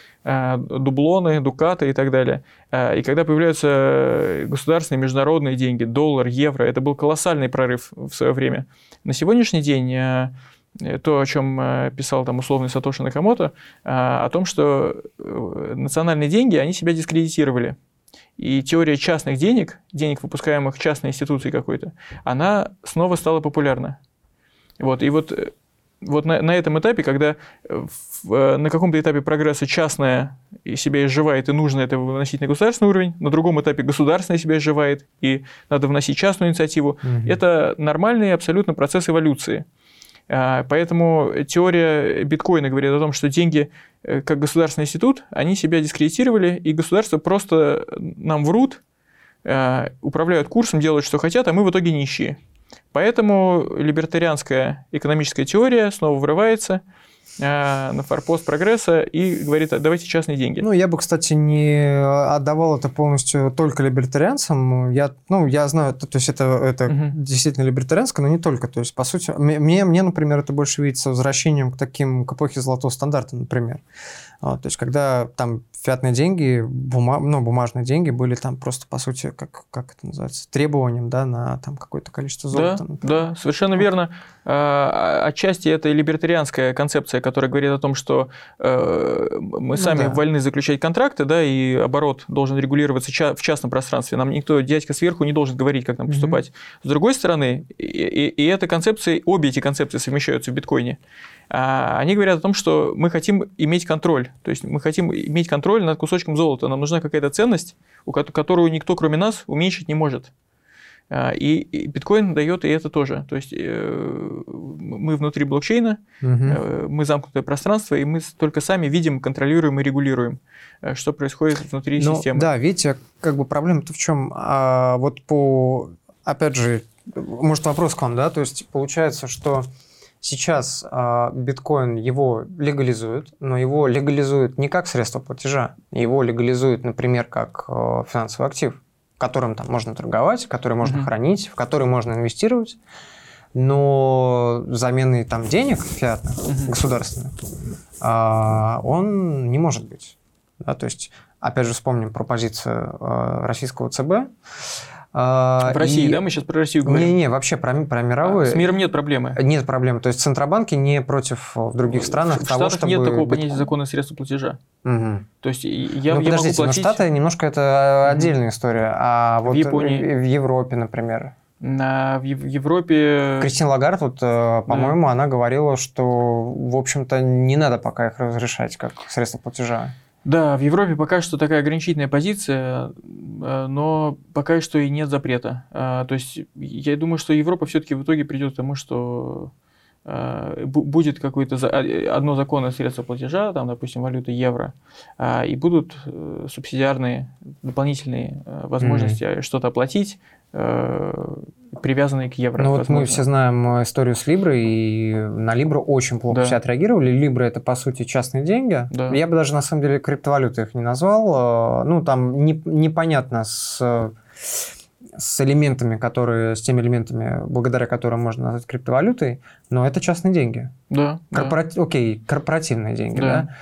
дублоны, дукаты и так далее. И когда появляются государственные международные деньги, доллар, евро, это был колоссальный прорыв в свое время. На сегодняшний день то, о чем писал там условный Сатоши Накамото, о том, что национальные деньги, они себя дискредитировали. И теория частных денег, денег, выпускаемых частной институцией какой-то, она снова стала популярна. Вот, и вот, вот на, на этом этапе, когда в, на каком-то этапе прогресса частное себя изживает, и нужно это выносить на государственный уровень, на другом этапе государственное себя изживает, и надо вносить частную инициативу, угу. Это нормальный абсолютно процесс эволюции. Поэтому теория биткоина говорит о том, что деньги, как государственный институт, они себя дискредитировали, и государство просто нам врут, управляют курсом, делают, что хотят, а мы в итоге нищие. Поэтому либертарианская экономическая теория снова врывается на форпост прогресса и говорит, давайте частные деньги. Ну, я бы, кстати, не отдавал это полностью только либертарианцам. Я, ну, я знаю, то есть это, это угу. действительно либертарианское, но не только. То есть, по сути, мне, мне, например, это больше видится возвращением к таким, к эпохе золотого стандарта, например. Вот, то есть, когда там фиатные деньги, бума, ну, бумажные деньги были там просто, по сути, как, как это называется, требованием, да, на там какое-то количество золота. Да, да, совершенно вот. Верно. Отчасти это либертарианская концепция, которая говорит о том, что мы ну, сами да. вольны заключать контракты, да, и оборот должен регулироваться в частном пространстве. Нам никто, дядька сверху, не должен говорить, как нам поступать. Mm-hmm. С другой стороны, и, и, и эта концепция, обе эти концепции совмещаются в биткоине. Они говорят о том, что мы хотим иметь контроль. То есть мы хотим иметь контроль над кусочком золота. Нам нужна какая-то ценность, которую никто, кроме нас, уменьшить не может. И биткоин дает и это тоже. То есть мы внутри блокчейна, угу. мы замкнутое пространство, и мы только сами видим, контролируем и регулируем, что происходит внутри ну, системы. Да, видите, как бы проблема-то в чем? А вот по, опять же, может вопрос к вам, да? То есть получается, что сейчас а, биткоин его легализуют, но его легализуют не как средство платежа, его легализуют, например, как а, финансовый актив, которым там можно торговать, который можно mm-hmm. хранить, в который можно инвестировать, но замены там денег фиатных, mm-hmm. государственных, а, он не может быть. Да? То есть, опять же, вспомним про позицию а, российского ЦБ. В России, и... да? Мы сейчас про Россию говорим? Не-не, вообще про, про мировые. А, с миром нет проблемы? Нет проблем. То есть Центробанки не против в других странах в того, Штатах чтобы... нет такого понятия закона средства платежа. Угу. То есть я, ну, я подождите, могу платить... но Штаты немножко это отдельная угу. история. А в вот Японии. В Европе, например. На, в Европе... Кристин Лагард, вот, по-моему, да. она говорила, что, в общем-то, не надо пока их разрешать как средство платежа. Да, в Европе пока что такая ограничительная позиция, но пока что и нет запрета. То есть я думаю, что Европа все-таки в итоге придет к тому, что будет какое-то одно законное средство платежа, там, допустим, валюта евро, и будут субсидиарные дополнительные возможности mm-hmm. что-то оплатить, привязанные к евро. Ну вот мы все знаем историю с Либрой, и на Либру очень плохо да. все отреагировали. Либра – это, по сути, частные деньги. Да. Я бы даже, на самом деле, криптовалюты их не назвал. Ну, там не, непонятно с, с элементами, которые, с теми элементами, благодаря которым можно назвать криптовалютой, но это частные деньги. Да. Корпора... да. Окей, корпоративные деньги, да. да?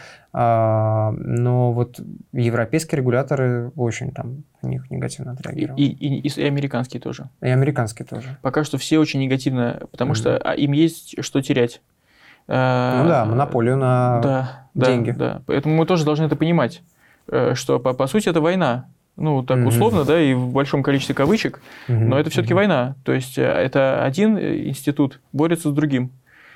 А, но вот европейские регуляторы очень там на них негативно отреагировали. И, и, и, и американские тоже. И американские тоже. Пока что все очень негативно, потому mm-hmm. что им есть что терять. Ну а, да, монополию на да, деньги. Да, да. Поэтому мы тоже должны это понимать, что по, по сути это война. Ну, так mm-hmm. условно, да, и в большом количестве кавычек, mm-hmm. но это все-таки mm-hmm. война. То есть это один институт борется с другим.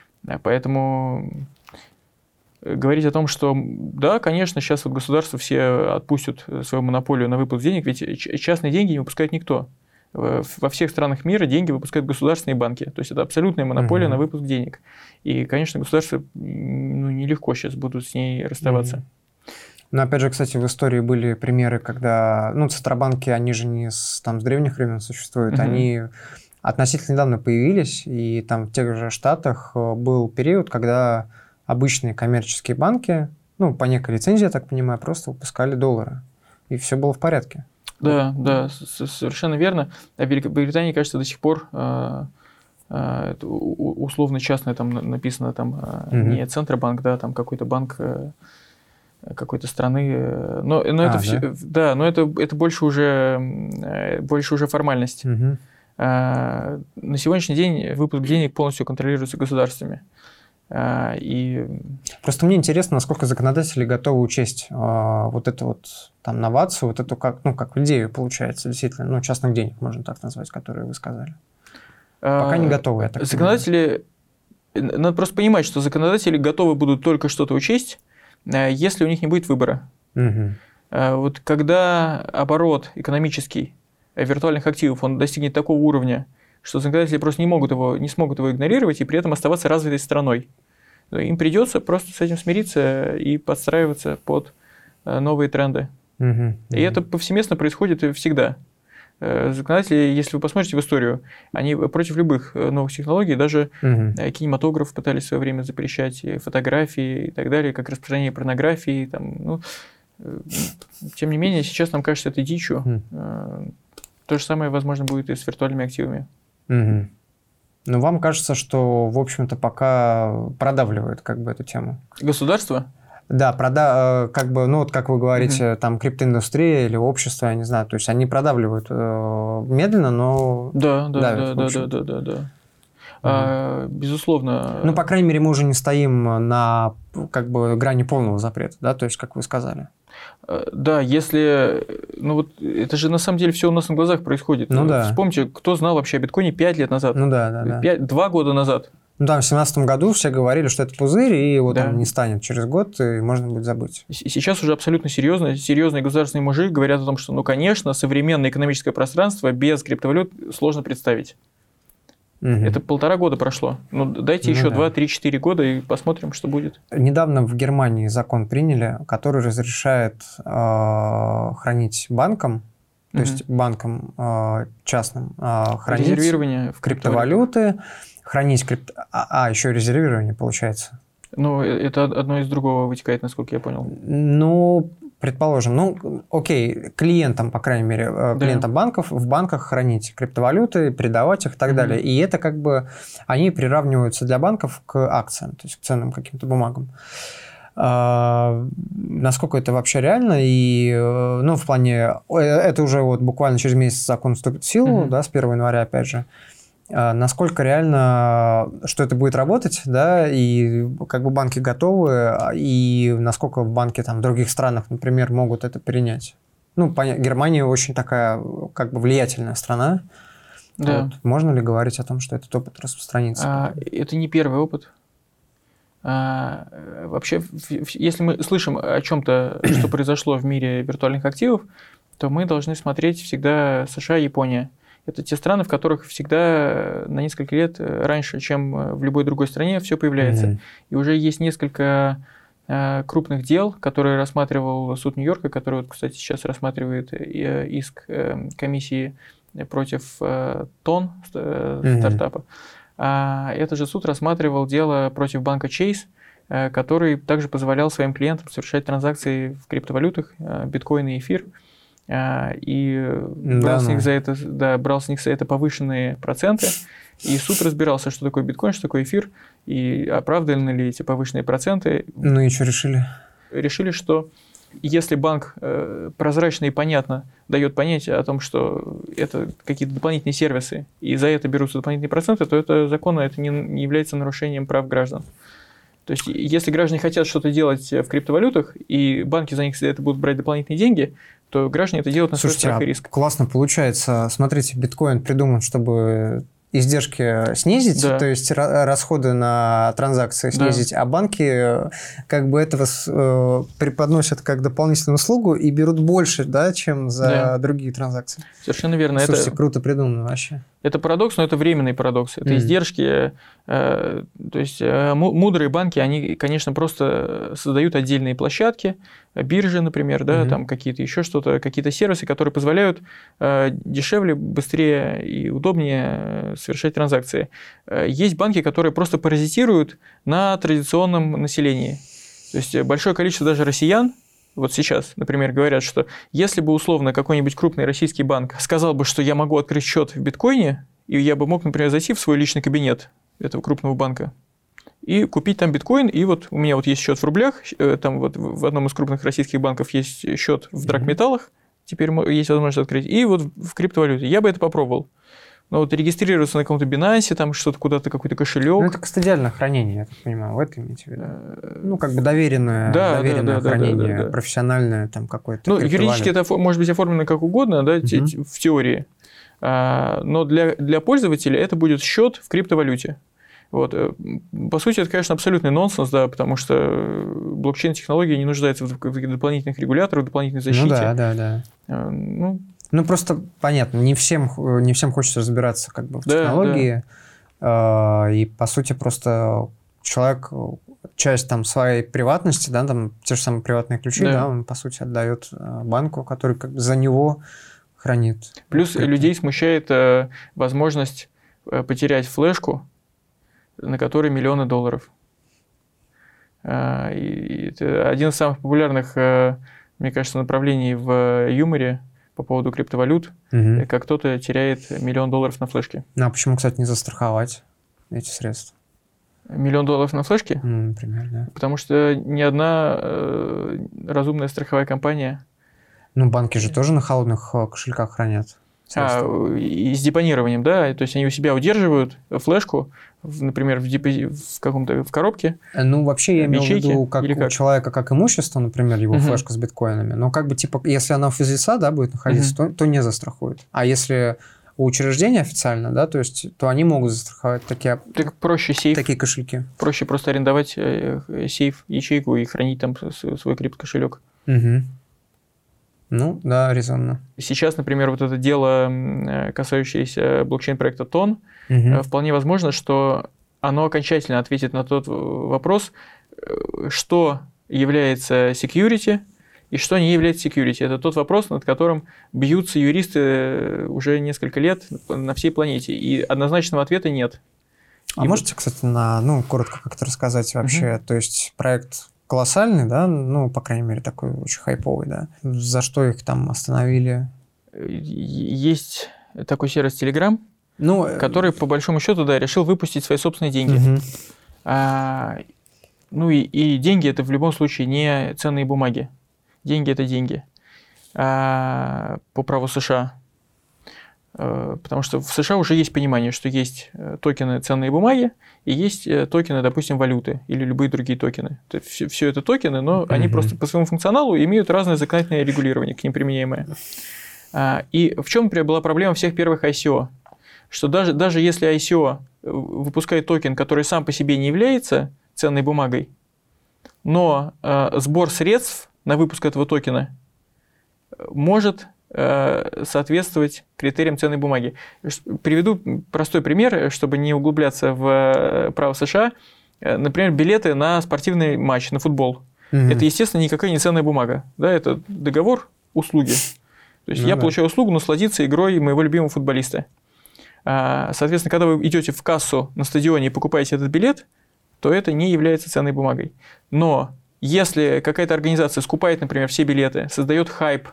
Поэтому говорить о том, что да, конечно, сейчас вот государство все отпустят свою монополию на выплату денег, ведь частные деньги не выпускает никто. Во всех странах мира деньги выпускают государственные банки. То есть это абсолютная монополия mm-hmm. на выпуск денег. И, конечно, государство ну, нелегко сейчас будут с ней расставаться. Mm-hmm. Но опять же, кстати, в истории были примеры, когда ну, центробанки, они же не с, там, с древних времен существуют, mm-hmm. они относительно недавно появились, и там в тех же Штатах был период, когда обычные коммерческие банки, ну, по некой лицензии, я так понимаю, просто выпускали доллары. И все было в порядке. Да, вот. да, совершенно верно. А в Великобритании, кажется, до сих пор э, э, условно частное там написано, там mm-hmm. не Центробанк, да, там какой-то банк э, какой-то страны. Но, но а, это все, да? да, но это, это больше уже, больше уже формальность. Mm-hmm. Э, на сегодняшний день выпуск денег полностью контролируется государствами. И... Просто мне интересно, насколько законодатели готовы учесть э, вот эту вот там новацию, вот эту как, ну, как идею, получается, действительно, ну, частных денег, можно так назвать, которые вы сказали. Пока не готовы, я так Законодатели, понимаю. Надо просто понимать, что законодатели готовы будут только что-то учесть, если у них не будет выбора. Угу. Вот когда оборот экономический виртуальных активов, он достигнет такого уровня, что законодатели просто не могут его, не смогут его игнорировать и при этом оставаться развитой страной. Им придется просто с этим смириться и подстраиваться под новые тренды. Uh-huh, uh-huh. И это повсеместно происходит всегда. Законодатели, если вы посмотрите в историю, они против любых новых технологий, даже uh-huh. кинематограф пытались в свое время запрещать, и фотографии и так далее, как распространение порнографии. Там, ну, тем не менее, сейчас нам кажется это дичью. Uh-huh. То же самое, возможно, будет и с виртуальными активами. Угу. Ну, вам кажется, что, в общем-то, пока продавливают как бы эту тему? Государство? Да, прода... как бы, ну, вот как вы говорите, угу. там, криптоиндустрия или общество, я не знаю, то есть они продавливают э, медленно, но да, да, давят, да, да, да, да, да. Угу. А, безусловно. Ну, по крайней мере, мы уже не стоим на, как бы, грани полного запрета, да, то есть, как вы сказали. Да, если... Ну вот это же на самом деле все у нас на глазах происходит. Ну да. Вспомните, кто знал вообще о биткоине пять лет назад? Ну да, да, да. Два года назад. Ну там в семнадцатом году все говорили, что это пузырь, и вот да. он не станет через год, и можно будет забыть. И сейчас уже абсолютно серьезно, серьезные государственные мужи говорят о том, что, ну, конечно, современное экономическое пространство без криптовалют сложно представить. Угу. Это полтора года прошло. Ну, дайте ну, еще да. два, три, четыре года и посмотрим, что будет. Недавно в Германии закон приняли, который разрешает э, хранить банкам, то угу. есть банкам э, частным, э, хранить резервирование в криптовалюты, хранить крипто... А, а, еще резервирование получается. Ну, это одно из другого вытекает, насколько я понял. Ну, предположим, ну, окей, клиентам, по крайней мере, да. клиентам банков, в банках хранить криптовалюты, передавать их и так mm-hmm. далее. И это как бы, они приравниваются для банков к акциям, то есть к ценным каким-то бумагам. А, насколько это вообще реально? И, ну, в плане, это уже вот буквально через месяц закон вступит в силу, mm-hmm. да, с первого января, опять же. Насколько реально, что это будет работать, да, и как бы банки готовы, и насколько банки там в других странах, например, могут это перенять. Ну, понятно, Германия очень такая, как бы, влиятельная страна. Да. Вот. Можно ли говорить о том, что этот опыт распространится? А, это не первый опыт. Вообще, если мы слышим о чем-то, что произошло в мире виртуальных активов, то мы должны смотреть всегда США и Япония. Это те страны, в которых всегда на несколько лет раньше, чем в любой другой стране, все появляется. Mm-hmm. И уже есть несколько крупных дел, которые рассматривал суд Нью-Йорка, который, вот, кстати, сейчас рассматривает иск комиссии против Тон mm-hmm. стартапа. А этот же суд рассматривал дело против банка Chase, который также позволял своим клиентам совершать транзакции в криптовалютах, биткоин и эфир, и брал, да, с них за это, да, брал с них за это повышенные проценты. И суд разбирался, что такое биткоин, что такое эфир, и оправданы ли эти повышенные проценты. Ну и что решили? Решили, что если банк э, прозрачно и понятно дает понятие о том, что это какие-то дополнительные сервисы, и за это берутся дополнительные проценты, то это законно, это не, не является нарушением прав граждан. То есть, если граждане хотят что-то делать в криптовалютах, и банки за них за это будут брать дополнительные деньги, то граждане это делают на свой страх и риск. Классно получается. Смотрите, биткоин придуман, чтобы издержки снизить, да. То есть расходы на транзакции снизить, да. А банки как бы этого э, преподносят как дополнительную услугу и берут больше, да, чем за да. другие транзакции. Совершенно верно. Слушайте, это, круто придумано вообще. Это парадокс, но это временный парадокс. Это mm. издержки. Э, то есть э, мудрые банки, они, конечно, просто создают отдельные площадки, биржи, например, да, mm-hmm. там какие-то еще что-то, какие-то сервисы, которые позволяют э, дешевле, быстрее и удобнее совершать транзакции. Э, есть банки, которые просто паразитируют на традиционном населении. То есть большое количество даже россиян, вот сейчас, например, говорят, что если бы условно какой-нибудь крупный российский банк сказал бы, что я могу открыть счет в биткоине, и я бы мог, например, зайти в свой личный кабинет этого крупного банка и купить там биткоин, и вот у меня вот есть счет в рублях, там вот в одном из крупных российских банков есть счет в драгметаллах, теперь есть возможность открыть, и вот в криптовалюте. Я бы это попробовал. Но вот регистрироваться на каком-то Binance, там что-то куда-то, какой-то кошелек. Ну, это кастодиальное хранение, я так понимаю, в этом имеете в виду? Ну, как бы доверенное, да, доверенное да, да, хранение, да, да, да. профессиональное там какое-то. Ну, юридически это может быть оформлено как угодно, да, угу. в теории. Но для, для пользователя это будет счет в криптовалюте. Вот. По сути, это, конечно, абсолютный нонсенс, да, потому что блокчейн-технология не нуждается в дополнительных регуляторах, дополнительной защите. Ну да, да, да. Ну, Ну, просто понятно, не всем, не всем хочется разбираться как бы в да, технологии. Да. И, по сути, просто человек часть там своей приватности, да, там те же самые приватные ключи, да, да он, по сути, отдает банку, который как бы за него хранит. Плюс крипто. Людей смущает э, возможность потерять флешку, на которой миллионы долларов. Э, и это один из самых популярных, э, мне кажется, направлений в юморе по поводу криптовалют, угу. как кто-то теряет миллион долларов на флешке. Ну, а почему, кстати, не застраховать эти средства? Миллион долларов на флешке? Ну, например, да. Потому что ни одна э, разумная страховая компания... Ну, банки же тоже на холодных кошельках хранят средства. А, и с депонированием, да? То есть они у себя удерживают флешку, в, например, в, депози... в каком-то в коробке. Ну, вообще, я имею в виду, как у как? человека, как имущество, например, его uh-huh. флешка с биткоинами. Но как бы, типа, если она у физлица, да, будет находиться, uh-huh. то, то не застрахует. А если у учреждения официально, да, то есть, то они могут застраховать такие, так проще сейф, такие кошельки. Проще просто арендовать э, сейф, ячейку и хранить там свой крипто-кошелек. Угу. Ну, да, резонно. Сейчас, например, вот это дело, касающееся блокчейн-проекта Тон, угу. вполне возможно, что оно окончательно ответит на тот вопрос, что является security и что не является security. Это тот вопрос, над которым бьются юристы уже несколько лет на всей планете, и однозначного ответа нет. А и можете, вот... кстати, на, ну, коротко как-то рассказать вообще, угу. то есть проект... колоссальный, да, ну, по крайней мере, такой очень хайповый, да. За что их там остановили? Есть такой сервис Telegram, ну, который, по большому счету, да, решил выпустить свои собственные деньги. Угу. А, ну, и, и деньги – это в любом случае не ценные бумаги. Деньги – это деньги а, по праву США. Потому что в США уже есть понимание, что есть токены ценные бумаги и есть токены, допустим, валюты или любые другие токены. Все, все это токены, но mm-hmm. они просто по своему функционалу имеют разное законодательное регулирование к ним применяемое. И в чем была проблема всех первых ай си о? Что даже, даже если ай си о выпускает токен, который сам по себе не является ценной бумагой, но э, сбор средств на выпуск этого токена может э, соответствовать критериям ценной бумаги. Приведу простой пример, чтобы не углубляться в право США. Например, билеты на спортивный матч, на футбол. Mm-hmm. Это, естественно, никакая не ценная бумага. Да, это договор услуги. То есть ну, я да. получаю услугу насладиться игрой моего любимого футболиста. Соответственно, когда вы идете в кассу на стадионе и покупаете этот билет, то это не является ценной бумагой. Но если какая-то организация скупает, например, все билеты, создает хайп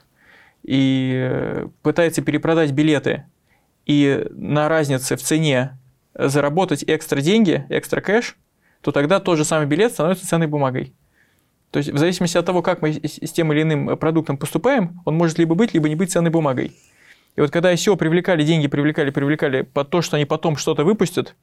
и пытается перепродать билеты, и на разнице в цене заработать экстра деньги, экстра кэш, то тогда тот же самый билет становится ценной бумагой. То есть в зависимости от того, как мы с тем или иным продуктом поступаем, он может либо быть, либо не быть ценной бумагой. И вот когда ай си о привлекали деньги, привлекали, привлекали под то, что они потом что-то выпустят,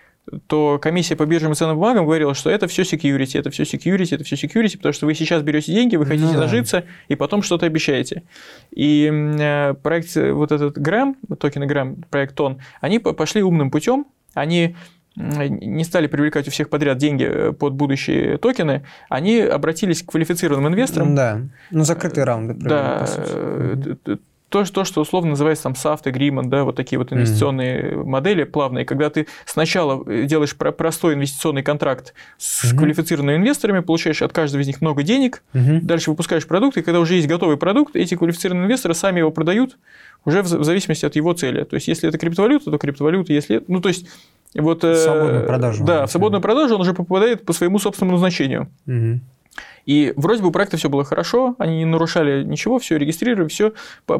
то комиссия по биржам и ценным бумагам говорила, что это все security, это все security, это все security, потому что вы сейчас берете деньги, вы хотите ну, нажиться, да. и потом что-то обещаете. И э, проект, вот этот Грэм, токены Грэм, проект Тон, они пошли умным путем, они не стали привлекать у всех подряд деньги под будущие токены, они обратились к квалифицированным инвесторам. Да, ну закрытые раунды. Да, по сути. То, то, что условно называется там soft agreement, да, вот такие вот инвестиционные mm-hmm. модели плавные, когда ты сначала делаешь простой инвестиционный контракт с mm-hmm. квалифицированными инвесторами, получаешь от каждого из них много денег, mm-hmm. дальше выпускаешь продукт, и когда уже есть готовый продукт, эти квалифицированные инвесторы сами его продают уже в зависимости от его цели. То есть, если это криптовалюта, то криптовалюта, если... Ну, то есть, вот... В свободную продажу. Да, в свободную продажу он уже попадает по своему собственному назначению. Mm-hmm. И вроде бы у проекта все было хорошо, они не нарушали ничего, все регистрировали, все,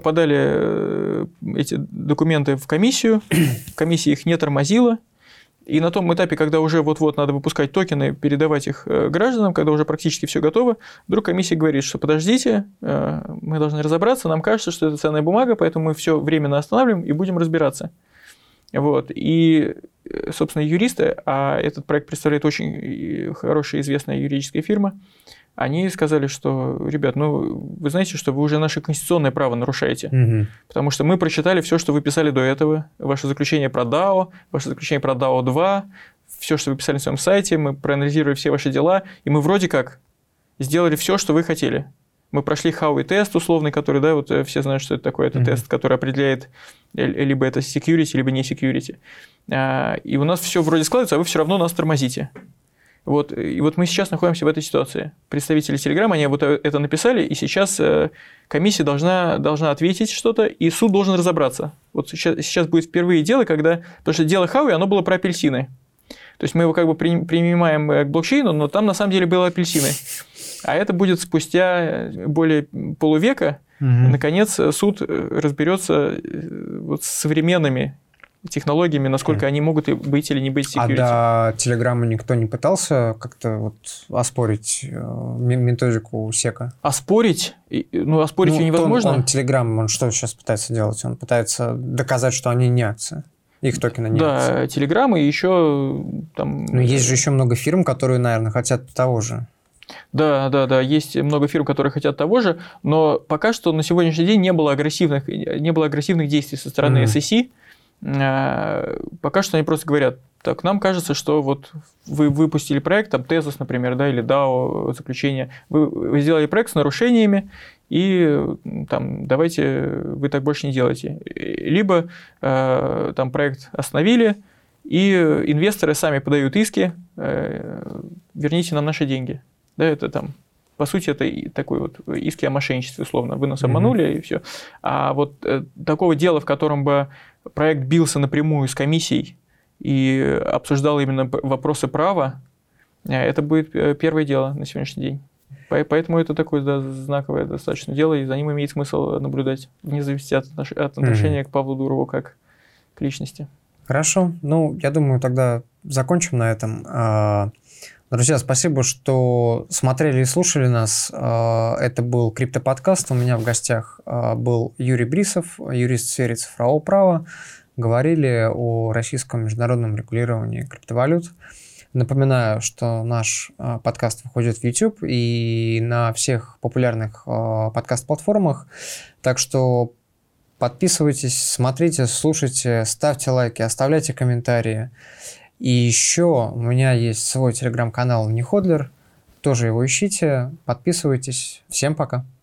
подали эти документы в комиссию, комиссия их не тормозила. И на том этапе, когда уже вот-вот надо выпускать токены, передавать их гражданам, когда уже практически все готово, вдруг комиссия говорит, что подождите, мы должны разобраться, нам кажется, что это ценная бумага, поэтому мы все временно останавливаем и будем разбираться. Вот. И, собственно, юристы, а этот проект представляет очень хорошая известная юридическая фирма, они сказали, что, ребят, ну, вы знаете, что вы уже наше конституционное право нарушаете, угу. потому что мы прочитали все, что вы писали до этого, ваше заключение про дао, ваше заключение про дао два, все, что вы писали на своем сайте, мы проанализировали все ваши дела, и мы вроде как сделали все, что вы хотели. Мы прошли Хауи-тест условный, который, да, вот все знают, что это такое, это mm-hmm. тест, который определяет, либо это security, либо не security. И у нас все вроде складывается, а вы все равно нас тормозите. Вот. И вот мы сейчас находимся в этой ситуации. Представители Telegram, они вот это написали, и сейчас комиссия должна, должна ответить что-то, и суд должен разобраться. Вот сейчас, сейчас будет впервые дело, когда... Потому что дело Хауи, оно было про апельсины. То есть мы его как бы принимаем к блокчейну, но там на самом деле были апельсины. А это будет спустя более полувека. Угу. Наконец, суд разберется вот с современными технологиями, насколько mm. они могут быть или не быть security. А до Телеграма никто не пытался как-то вот оспорить методику сека? Оспорить? Ну, оспорить ну, ее невозможно. Он, он Телеграм, он что сейчас пытается делать? Он пытается доказать, что они не акции. Их токены не да, акции. Да, Телеграм и еще там... Но есть же еще много фирм, которые, наверное, хотят того же. Да, да, да, есть много фирм, которые хотят того же, но пока что на сегодняшний день не было агрессивных, не было агрессивных действий со стороны mm-hmm. эс и си. Пока что они просто говорят, так, нам кажется, что вот вы выпустили проект, там, Tezos, например, да, или дао, заключение, вы, вы сделали проект с нарушениями, и там, давайте вы так больше не делайте. Либо э, там проект остановили, и инвесторы сами подают иски, э, верните нам наши деньги. Да, это там... По сути, это такой вот иски о мошенничестве, условно. Вы нас обманули, mm-hmm. и все. А вот э, такого дела, в котором бы проект бился напрямую с комиссией и обсуждал именно вопросы права, это будет первое дело на сегодняшний день. Поэтому это такое да, знаковое достаточно дело, и за ним имеет смысл наблюдать, вне зависимости от, отнош... от отношения mm-hmm. к Павлу Дурову как к личности. Хорошо. Ну, я думаю, тогда закончим на этом. Друзья, спасибо, что смотрели и слушали нас. Это был Криптоподкаст. У меня в гостях был Юрий Брисов, юрист в сфере цифрового права. Говорили о российском международном регулировании криптовалют. Напоминаю, что наш подкаст выходит в YouTube и на всех популярных подкаст-платформах. Так что подписывайтесь, смотрите, слушайте, ставьте лайки, оставляйте комментарии. И еще у меня есть свой телеграм-канал Вниходлер. Тоже его ищите, подписывайтесь. Всем пока.